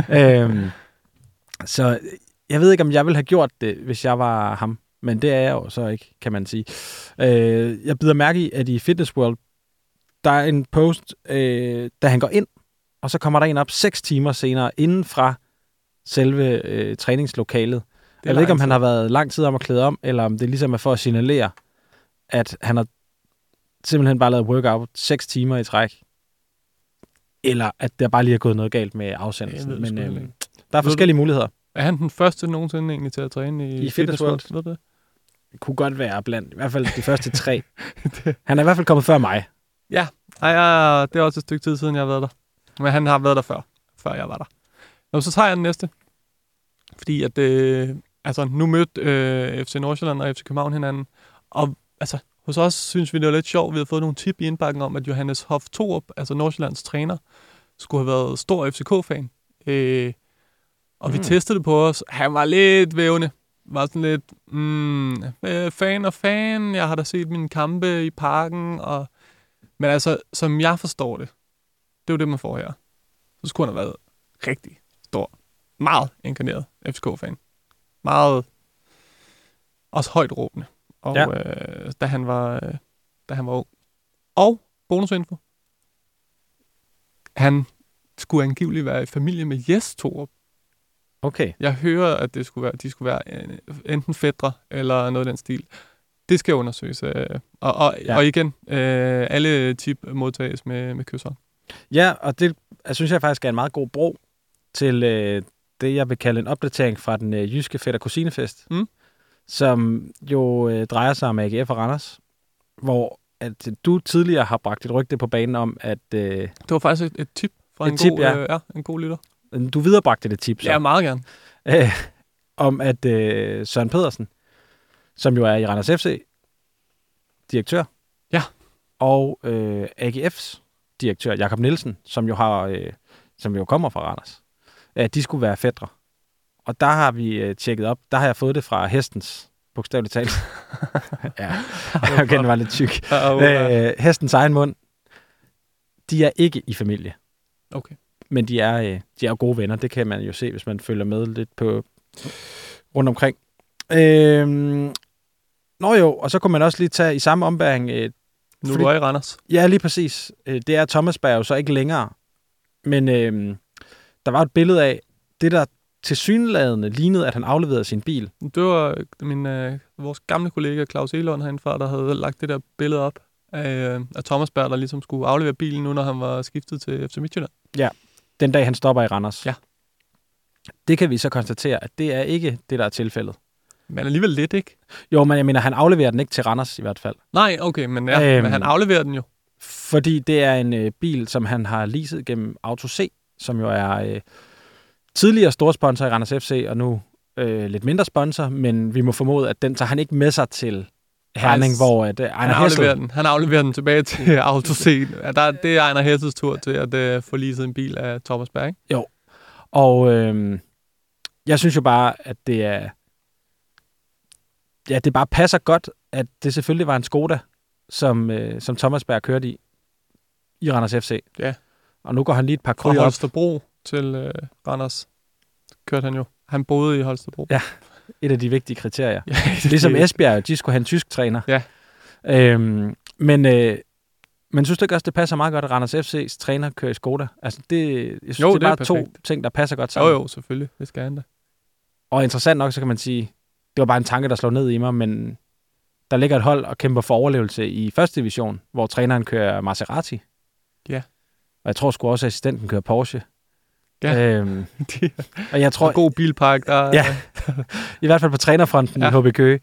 [SPEAKER 5] Så jeg ved ikke, om jeg ville have gjort det, hvis jeg var ham. Men det er jeg jo så ikke, kan man sige. Jeg bider mærke i, at i Fitness World, der er en post, da han går ind, og så kommer der en op 6 timer senere inden fra selve træningslokalet. Jeg ved ikke, om han har været lang tid om at klæde om, eller om det ligesom er for at signalere, at han har simpelthen bare lavet workout 6 timer i træk. Eller at der bare lige er gået noget galt med afsendelsen. Men der er forskellige muligheder.
[SPEAKER 3] Er han den første nogensinde egentlig til at træne i Fitness World? Ved det?
[SPEAKER 5] Det kunne godt være blandt, i hvert fald de første 3. Han er i hvert fald kommet før mig.
[SPEAKER 3] Ja, det er også et stykke tid siden, jeg har været der. Men han har været der før jeg var der. Nå, så tager jeg den næste. Fordi at nu mødte FC Nordsjælland og FC København hinanden. Og altså, hos os synes vi, det var lidt sjovt. Vi havde fået nogle tip i indbakken om, at Johannes Hoff Thorup, altså Nordsjællands træner, skulle have været stor FCK-fan. Og vi testede det på os. Han var lidt vævende. Var sådan lidt fan. Jeg har da set mine kampe i parken. Men altså, som jeg forstår det, det er jo det, man får her. Så skulle han have været rigtig stor. Meget inkarneret FCK-fan. Meget også højt råbende. Og da han var ung. Og bonusinfo. Han skulle angiveligt være i familie med Jes Thorup.
[SPEAKER 5] Okay.
[SPEAKER 3] Jeg hører, at de skulle være enten fætre eller noget af den stil. Det skal undersøges. Og igen, alle tip modtages med kysser.
[SPEAKER 5] Ja, og det synes jeg faktisk er en meget god bro til det, jeg vil kalde en opdatering fra den jyske fætter-kusinefest, som jo drejer sig om AGF og Randers, hvor at du tidligere har bragt et rygte på banen om, at... det
[SPEAKER 3] var faktisk et tip fra en god lytter.
[SPEAKER 5] Du viderebragte det tip, så.
[SPEAKER 3] Ja, meget gerne.
[SPEAKER 5] Om at Søren Pedersen, som jo er i Randers FC, direktør, og AGF's direktør, Jakob Nielsen, som jo kommer fra Randers, at de skulle være fætre. Og der har vi tjekket op. Der har jeg fået det fra hestens, bogstaveligt talt. Jeg kan var lidt tyk. Hestens egen mund. De er ikke i familie.
[SPEAKER 3] Okay.
[SPEAKER 5] Men de er gode venner. Det kan man jo se, hvis man følger med lidt på rundt omkring. Og så kunne man også lige tage i samme ombæring...
[SPEAKER 3] Nu er du i Randers.
[SPEAKER 5] Ja, lige præcis. Det er Thomasberg jo så ikke længere. Men der var et billede af det, der tilsyneladende lignede, at han afleverede sin bil.
[SPEAKER 3] Det var vores gamle kollega Claus Elund herindefra, der havde lagt det der billede op af Thomasberg, der ligesom skulle aflevere bilen nu, når han var skiftet til FC Midtjylland.
[SPEAKER 5] Ja, den dag han stopper i Randers.
[SPEAKER 3] Ja.
[SPEAKER 5] Det kan vi så konstatere, at det er ikke det, der er tilfældet.
[SPEAKER 3] Men alligevel lidt, ikke?
[SPEAKER 5] Jo, men jeg mener, han afleverer den ikke til Randers i hvert fald.
[SPEAKER 3] Nej, okay, men han afleverer den jo.
[SPEAKER 5] Fordi det er en bil, som han har leaset gennem Auto C, som jo er tidligere storsponsor i Randers FC, og nu lidt mindre sponsor, men vi må formode, at den tager han ikke med sig til Herning, hvor Ejner Hessel...
[SPEAKER 3] Han afleverer den tilbage til Autosen. Det er Ejner Hessels tur til at få leaset en bil af Thomas Berg, ikke?
[SPEAKER 5] Jo. Og jeg synes jo bare, at det er... Ja, det bare passer godt, at det selvfølgelig var en Skoda, som Thomas Berg kørte i Randers FC.
[SPEAKER 3] Ja.
[SPEAKER 5] Og nu går han lige et par
[SPEAKER 3] kryds op. Fra Holstebro til Randers kørte han jo. Han boede i Holstebro.
[SPEAKER 5] Ja, et af de vigtige kriterier. Ja, ligesom Esbjerg, de skulle have en tysk træner.
[SPEAKER 3] Ja.
[SPEAKER 5] Men synes du ikke også, det passer meget godt, at Randers FC's træner kører i Skoda? Altså jeg synes,
[SPEAKER 3] jo,
[SPEAKER 5] det er bare to ting, der passer godt sammen.
[SPEAKER 3] Jo, selvfølgelig. Det skal han da.
[SPEAKER 5] Og interessant nok, så kan man sige, det var bare en tanke, der slår ned i mig, men der ligger et hold og kæmper for overlevelse i første division, hvor træneren kører Maserati.
[SPEAKER 3] Ja.
[SPEAKER 5] Og jeg tror sgu også, at assistenten kører Porsche.
[SPEAKER 3] Ja.
[SPEAKER 5] Og jeg tror...
[SPEAKER 3] En god bilpark, der...
[SPEAKER 5] Ja, i hvert fald på trænerfronten i HB Køge.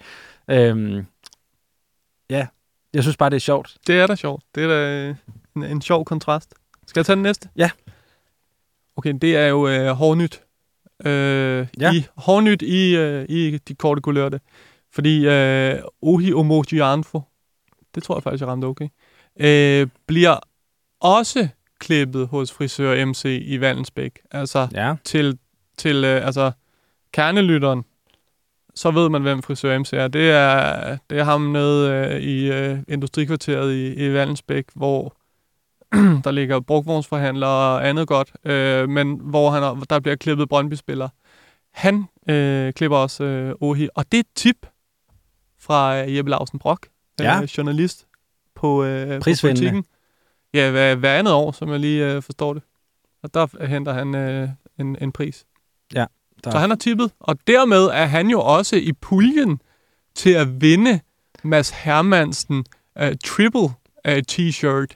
[SPEAKER 5] Ja, jeg synes bare, det er sjovt.
[SPEAKER 3] Det er da sjovt. Det er da en sjov kontrast. Skal jeg tage den næste?
[SPEAKER 5] Ja.
[SPEAKER 3] Okay, det er jo hårdnyt. Hårdnyt i de korte kulørte. Fordi Ohi Omojianfo, det tror jeg faktisk, jeg ramte okay, bliver også klippet hos frisør MC i Vallensbæk. Altså til kernelytteren, så ved man, hvem frisør MC er. Det er ham nede i industrikvarteret i Vallensbæk, hvor der ligger brugtvognsforhandlere og andet godt, men hvor der bliver klippet Brøndby-spillere. Han klipper også Ohi, og det er et tip fra Jeppe Lausen Brock, journalist på Politikken. Ja, hver andet år, som jeg lige forstår det. Og der henter han en pris.
[SPEAKER 5] Ja.
[SPEAKER 3] Så han har tippet, og dermed er han jo også i puljen til at vinde Mads Hermansen triple t-shirt.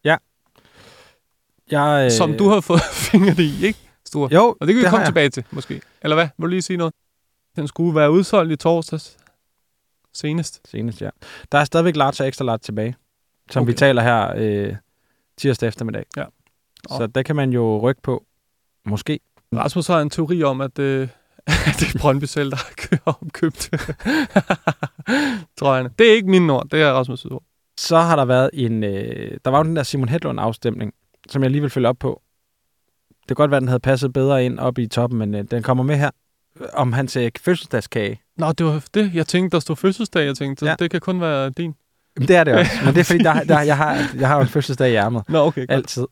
[SPEAKER 5] Ja.
[SPEAKER 3] Som du har fået fingret i, ikke? Stor.
[SPEAKER 5] Jo,
[SPEAKER 3] og det kan vi komme tilbage til, måske. Eller hvad? Vil du lige sige noget? Den skulle være udsolgt i torsdags. Senest,
[SPEAKER 5] ja. Der er stadigvæk large og extra large tilbage, som vi taler her tirsdag eftermiddag.
[SPEAKER 3] Ja.
[SPEAKER 5] Så der kan man jo rykke på. Måske.
[SPEAKER 3] Rasmus har en teori om, at det er Brøndby selv, der har opkøbt. Tror jeg. Det er ikke mine ord, det er Rasmus' ord.
[SPEAKER 5] Så har der været der var jo den der Simon Hedlund-afstemning, som jeg lige vil følge op på. Det kan godt være, den havde passet bedre ind op i toppen, men den kommer med her. Om hans fødselsdagskage.
[SPEAKER 3] Nå, det var det. Jeg tænkte, der stod fødselsdag. Jeg tænkte, det kan kun være din.
[SPEAKER 5] Det er det også. Men det er fordi, jeg har en fødselsdag i ærmet.
[SPEAKER 3] Nå, okay. Godt.
[SPEAKER 5] Altid.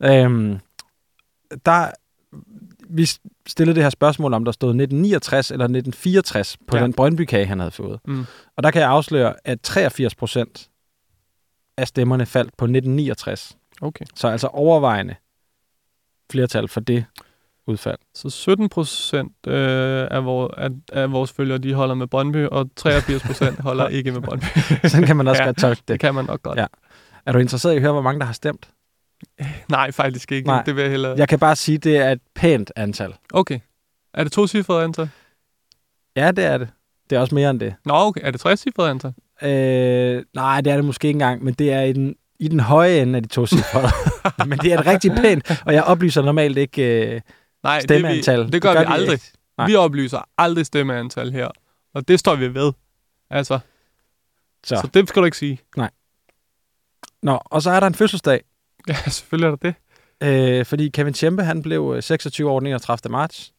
[SPEAKER 5] Vi stillede det her spørgsmål, om der stod 1969 eller 1964 på den Brøndby-kage, han havde fået. Mm. Og der kan jeg afsløre, at 83% af stemmerne faldt på 1969.
[SPEAKER 3] Okay.
[SPEAKER 5] Så altså overvejende flertal for det udfald.
[SPEAKER 3] Så 17% af vores følgere, de holder med Brøndby, og 83% holder ikke med Brøndby.
[SPEAKER 5] Sådan kan man også godt tolke det.
[SPEAKER 3] Det kan man nok godt.
[SPEAKER 5] Ja. Er du interesseret i at høre, hvor mange der har stemt?
[SPEAKER 3] Nej, faktisk ikke.
[SPEAKER 5] Nej.
[SPEAKER 3] Det vil jeg hellere...
[SPEAKER 5] Jeg kan bare sige, at det er et pænt antal.
[SPEAKER 3] Okay. Er det 2-cifret antal?
[SPEAKER 5] Ja, det er det. Det er også mere end det.
[SPEAKER 3] Nå, okay. Er det 3-cifret antal?
[SPEAKER 5] Nej, det er det måske ikke engang, men det er i den høje ende af de 2-cifrede. Men det er et rigtig pænt, og jeg oplyser normalt ikke stemmeantal.
[SPEAKER 3] Det gør vi aldrig. Vi oplyser aldrig stemmeantal her, og det står vi ved. Altså. Så det skal du ikke sige.
[SPEAKER 5] Nej. Nå, og så er der en fødselsdag.
[SPEAKER 3] Ja, selvfølgelig er der
[SPEAKER 5] det. Fordi Kevin Tjempe, han blev 26 år den 31. marts.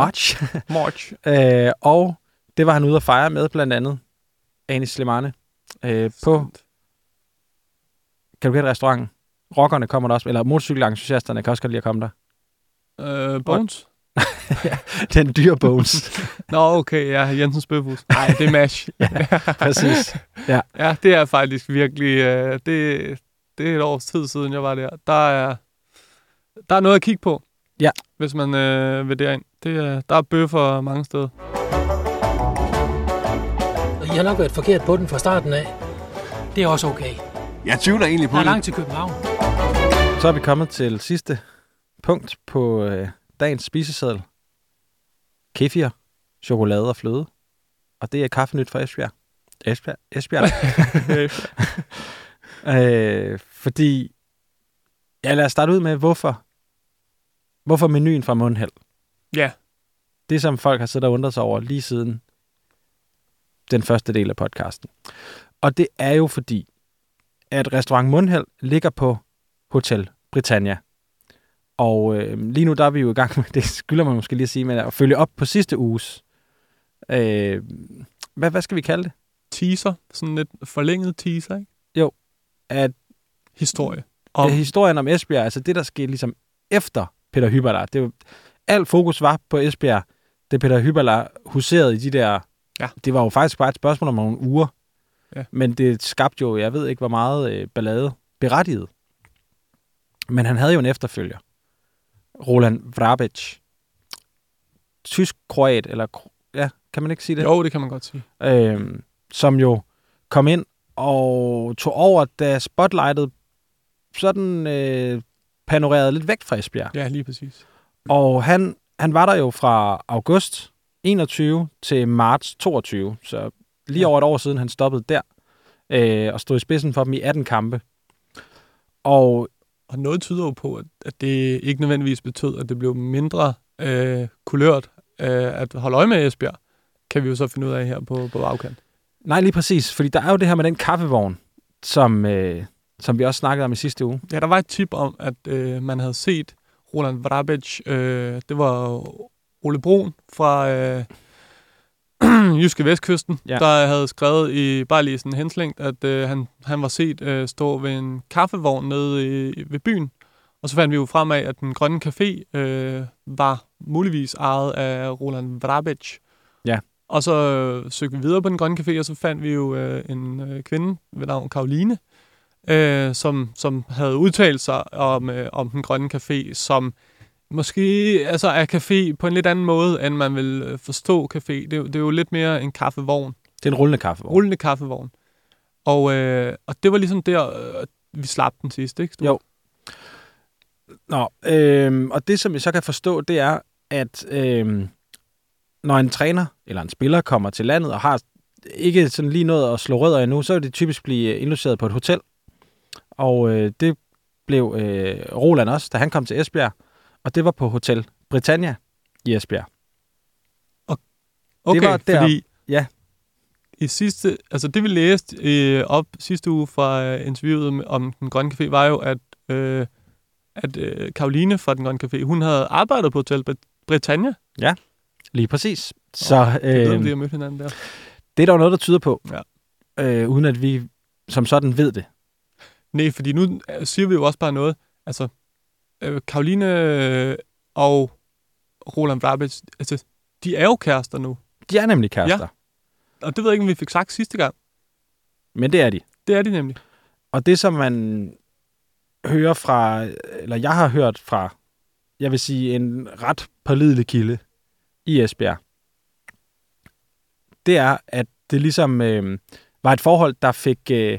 [SPEAKER 5] Og det var han ude at fejre med, blandt andet Anis Slimane. På, kan du gætte restauranten? Rockerne kommer der også, eller motorcykelentusiasterne kan også godt lide at komme der.
[SPEAKER 3] Bones?
[SPEAKER 5] Ja, den dyre Bones.
[SPEAKER 3] Nå, okay, ja, Jensens Bøfhus. Nej, det er MASH.
[SPEAKER 5] Ja, præcis. Ja.
[SPEAKER 3] Ja, det er faktisk virkelig, det er et års tid siden, jeg var der. Der er noget at kigge på, hvis man vil derind. Der er bøffer mange steder.
[SPEAKER 12] I har nok været forkert på den fra starten af. Det er også okay.
[SPEAKER 6] Jeg tvivler egentlig på det.
[SPEAKER 12] Der er langt til København.
[SPEAKER 5] Så er vi kommet til sidste punkt på dagens spiseseddel. Kefir, chokolade og fløde. Og det er kaffenyt fra Esbjerg. Esbjerg. Fordi, lad os starte ud med, hvorfor menuen fra Mundheld?
[SPEAKER 3] Ja.
[SPEAKER 5] Det, som folk har siddet og undret sig over lige siden den første del af podcasten. Og det er jo fordi, at Restaurant Mundheld ligger på Hotel Britannia. Og lige nu der er vi jo i gang med, det skylder man måske lige at sige, med at følge op på sidste uges. Hvad skal vi kalde det?
[SPEAKER 3] Teaser. Sådan lidt forlænget teaser, ikke?
[SPEAKER 5] Jo. At
[SPEAKER 3] historie.
[SPEAKER 5] Historien om Esbjerg, altså det, der skete ligesom efter Peter Hyberla. Det var, alt fokus var på Esbjerg, det Peter Hyberla huserede i de der... Ja. Det var jo faktisk bare et spørgsmål om nogle uger. Ja. Men det skabte jo, jeg ved ikke, hvor meget ballade berettiget. Men han havde jo en efterfølger. Roland Vrabic. Tysk-kroat, eller... Ja, kan man ikke sige det?
[SPEAKER 3] Jo, det kan man godt sige.
[SPEAKER 5] Som jo kom ind og tog over, da spotlightet sådan panorerede lidt væk fra Esbjerg.
[SPEAKER 3] Ja, lige præcis.
[SPEAKER 5] Og han var der jo fra august 21 til marts 22, så lige over et år siden han stoppede der og stod i spidsen for dem i 18 kampe. Og
[SPEAKER 3] noget tyder jo på, at det ikke nødvendigvis betød, at det blev mindre kulørt at holde øje med Esbjerg, kan vi jo så finde ud af her på bagkant.
[SPEAKER 5] Nej, lige præcis, fordi der er jo det her med den kaffevogn, som vi også snakkede om i sidste uge.
[SPEAKER 3] Ja, der var et tip om, at man havde set Roland Vrabic, det var Ole Brun fra Jyske Vestkysten, der havde skrevet i bare lige sådan henslængt, at han var set stå ved en kaffevogn nede ved byen. Og så fandt vi jo frem af, at den grønne café var muligvis ejet af Roland Vrabic.
[SPEAKER 5] Ja.
[SPEAKER 3] Og så søgte vi videre på den grønne café, og så fandt vi jo en kvinde ved navn Karoline, som havde udtalt sig om den grønne café, som måske altså er café på en lidt anden måde, end man vil forstå café. Det er jo lidt mere en kaffevogn.
[SPEAKER 5] Det er en rullende kaffevogn.
[SPEAKER 3] Rullende kaffevogn. Og det var ligesom der, vi slap den sidst, ikke?
[SPEAKER 5] Jo. Nå, og det, som jeg så kan forstå, det er, at når en træner eller en spiller kommer til landet og har ikke sådan lige noget at slå rødder endnu, så vil det typisk blive indlogeret på et hotel. Og det blev Roland også, da han kom til Esbjerg. Og det var på Hotel Britannia i Esbjerg.
[SPEAKER 3] Okay,
[SPEAKER 5] det var der,
[SPEAKER 3] fordi
[SPEAKER 5] ja.
[SPEAKER 3] I sidste, altså det vi læste op sidste uge fra interviewet om den grønne café, var jo, at Karoline fra den grønne café, hun havde arbejdet på Hotel Britannia.
[SPEAKER 5] Ja, lige præcis. Så
[SPEAKER 3] det ved, om de har mødt hinanden der.
[SPEAKER 5] Det er der jo noget, der tyder på,
[SPEAKER 3] ja.
[SPEAKER 5] Uden at vi som sådan ved det.
[SPEAKER 3] Nej, fordi nu siger vi jo også bare noget. Altså, Karoline og Roland Vrabic, altså, de er jo kærester nu.
[SPEAKER 5] De er nemlig kærester.
[SPEAKER 3] Ja. Og det ved jeg ikke, om vi fik sagt sidste gang.
[SPEAKER 5] Men det er de.
[SPEAKER 3] Det er de nemlig.
[SPEAKER 5] Og det, som man hører fra, eller jeg har hørt fra, jeg vil sige, en ret pålidelig kilde i Esbjerg, det er, at det ligesom var et forhold, der fik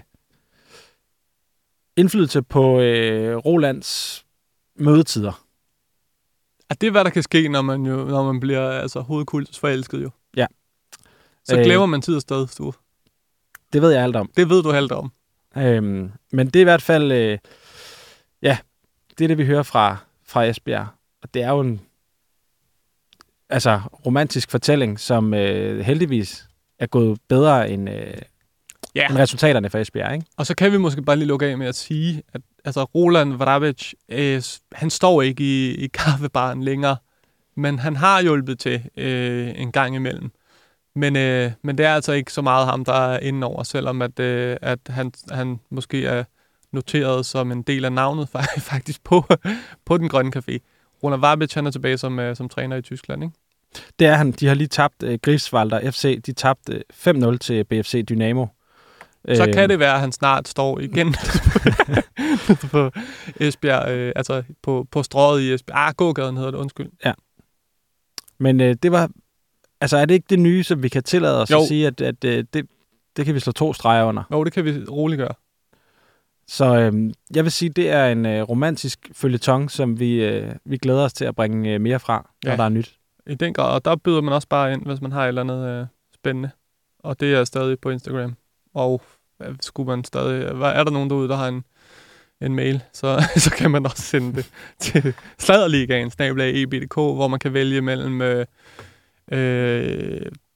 [SPEAKER 5] indflydelse på Rolands mødetider.
[SPEAKER 3] At det er, hvad der kan ske, når man bliver altså, hovedkultsforelsket jo.
[SPEAKER 5] Ja.
[SPEAKER 3] Så glemmer man tid og sted, Sture.
[SPEAKER 5] Det ved jeg alt om.
[SPEAKER 3] Det ved du alt om.
[SPEAKER 5] Men det er i hvert fald, ja, det er det, vi hører fra Esbjerg. Og det er jo en romantisk fortælling, som heldigvis er gået bedre end resultaterne for Esbjerg, ikke?
[SPEAKER 3] Og så kan vi måske bare lige lukke af med at sige, at altså, Roland Vrabic, han står ikke i kaffebaren længere, men han har hjulpet til en gang imellem. Men det er altså ikke så meget ham, der er inde over, selvom at han måske er noteret som en del af navnet faktisk på den grønne café. Roland Vrabic, han er tilbage som træner i Tyskland, ikke?
[SPEAKER 5] Det er han. De har lige tabt Greifswalder FC. De tabte 5-0 til BFC Dynamo.
[SPEAKER 3] Så kan det være, at han snart står igen på Esbjerg, altså på strøget i Esbjerg. Gågaden hedder det, undskyld.
[SPEAKER 5] Ja. Men det var... Altså, er det ikke det nye, som vi kan tillade os at sige, at det kan vi slå 2 streger under?
[SPEAKER 3] Jo, det kan vi roligt gøre.
[SPEAKER 5] Så jeg vil sige, det er en romantisk føljeton, som vi glæder os til at bringe mere fra, når der er nyt.
[SPEAKER 3] I den grad, og der byder man også bare ind, hvis man har et eller andet spændende. Og det er stadig på Instagram. Og skulle man stadig... Er der nogen derude, der har en mail, så kan man også sende det til sladderligaen, @eb.dk, hvor man kan vælge mellem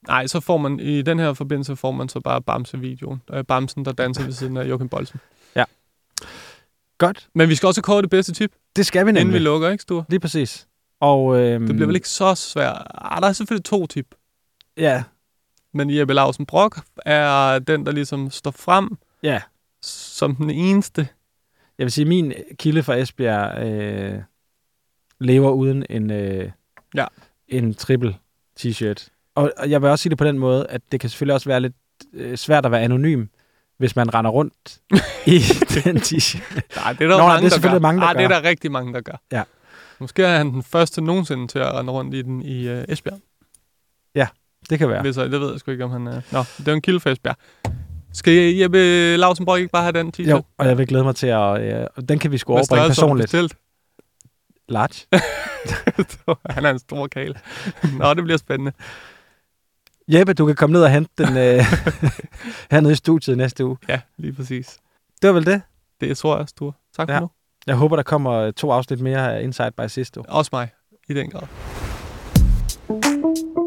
[SPEAKER 3] Nej, så får man i den her forbindelse får man så bare Bamse-videoen. Bamsen, der danser ved siden af Joachim Bolsen.
[SPEAKER 5] Ja. Godt.
[SPEAKER 3] Men vi skal også kåre det bedste tip.
[SPEAKER 5] Det skal vi nemlig.
[SPEAKER 3] Inden vi lukker, ikke, Sture?
[SPEAKER 5] Lige præcis. Og,
[SPEAKER 3] det bliver vel ikke så svært. Der er selvfølgelig 2 tip.
[SPEAKER 5] Ja.
[SPEAKER 3] Men Jeppe Lausen Brock er den, der ligesom står frem som den eneste.
[SPEAKER 5] Jeg vil sige, min kilde fra Esbjerg lever uden en triple t-shirt. Og jeg vil også sige det på den måde, at det kan selvfølgelig også være lidt svært at være anonym, hvis man render rundt i den t-shirt.
[SPEAKER 3] Nej, det er der mange, der gør.
[SPEAKER 5] Mange, der
[SPEAKER 3] det er der rigtig mange, der gør.
[SPEAKER 5] Ja.
[SPEAKER 3] Måske er han den første nogensinde til at rende rundt i den i Esbjerg.
[SPEAKER 5] Ja, det kan være.
[SPEAKER 3] Det ved jeg sgu ikke, om han er... Nå, det er en kilde for Esbjerg. Skal Jeppe Lausen Brock ikke bare have den t-shirt?
[SPEAKER 5] Jo, og jeg vil glæde mig til at... den kan vi sgu overbringe personligt. Large.
[SPEAKER 3] Han er en stor kale. Nå, det bliver spændende.
[SPEAKER 5] Jeppe, du kan komme ned og hente den hernede i studiet næste uge.
[SPEAKER 3] Ja, lige præcis.
[SPEAKER 5] Det var vel det?
[SPEAKER 3] Det tror jeg, Sture. Tak for nu.
[SPEAKER 5] Jeg håber, der kommer 2 afsnit mere af Inside by Sisto.
[SPEAKER 3] Også mig, i den grad.